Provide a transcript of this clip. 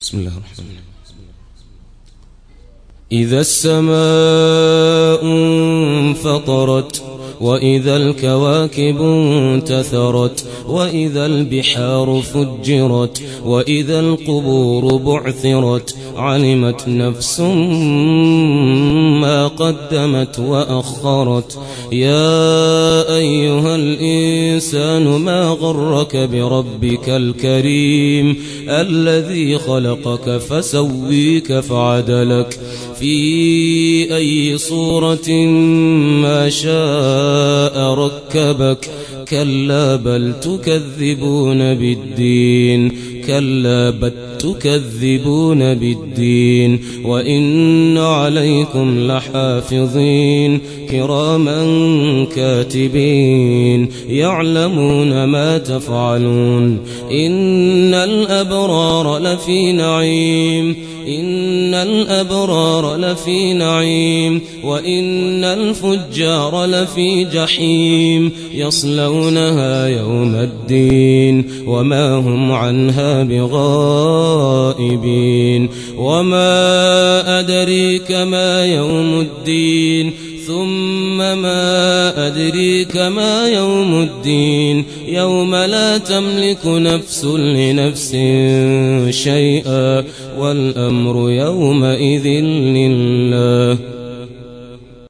بسم الله الرحمن الرحيم. إذا السماء انفطرت وإذا الكواكب انتثرت وإذا البحار فجرت وإذا القبور بعثرت علمت نفس ما قدمت وأخرت. يا أيها الإنسان ما غرك بربك الكريم الذي خلقك فسويك فعدلك في أي صورة ما شاء ركبك. كلا بل تكذبون بالدين وإن عليكم لحافظين كراما كاتبين يعلمون ما تفعلون. إن الأبرار لفي نعيم وإن الفجار لفي جحيم يصلونها يوم الدين وما هم عنها بغائبين. وما أدريك ما يوم الدين ثم ما أدريك ما يوم الدين يوم لا تملك نفس لنفس شيئا والأمر يومئذ لله.